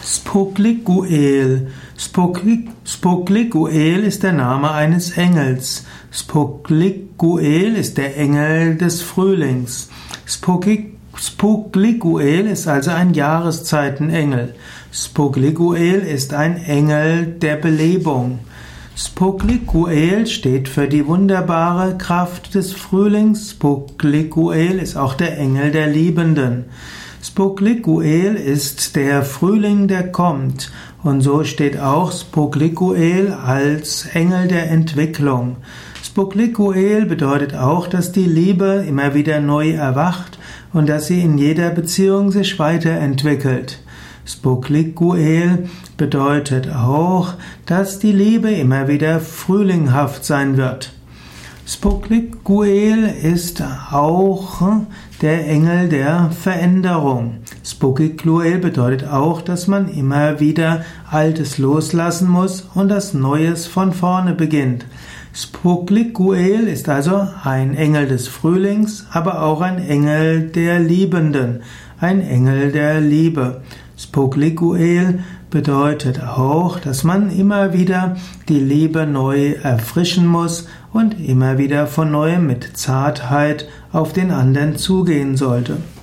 Spokliguel. Spokliguel ist der Name eines Engels. Spokliguel ist der Engel des Frühlings. Spokliguel ist also ein Jahreszeitenengel. Spokliguel ist ein Engel der Belebung. Spokliguel steht für die wunderbare Kraft des Frühlings. Spokliguel ist auch der Engel der Liebenden. Spokliguel ist der Frühling, der kommt. Und so steht auch Spokliguel als Engel der Entwicklung. Spokliguel bedeutet auch, dass die Liebe immer wieder neu erwacht und dass sie in jeder Beziehung sich weiterentwickelt. Spokliguel bedeutet auch, dass die Liebe immer wieder frühlinghaft sein wird. Spokliguel ist auch der Engel der Veränderung. Spokliguel bedeutet auch, dass man immer wieder Altes loslassen muss und das Neues von vorne beginnt. Spokliguel ist also ein Engel des Frühlings, aber auch ein Engel der Liebenden, ein Engel der Liebe. Spokliguel bedeutet auch, dass man immer wieder die Liebe neu erfrischen muss und immer wieder von neuem mit Zartheit auf den anderen zugehen sollte.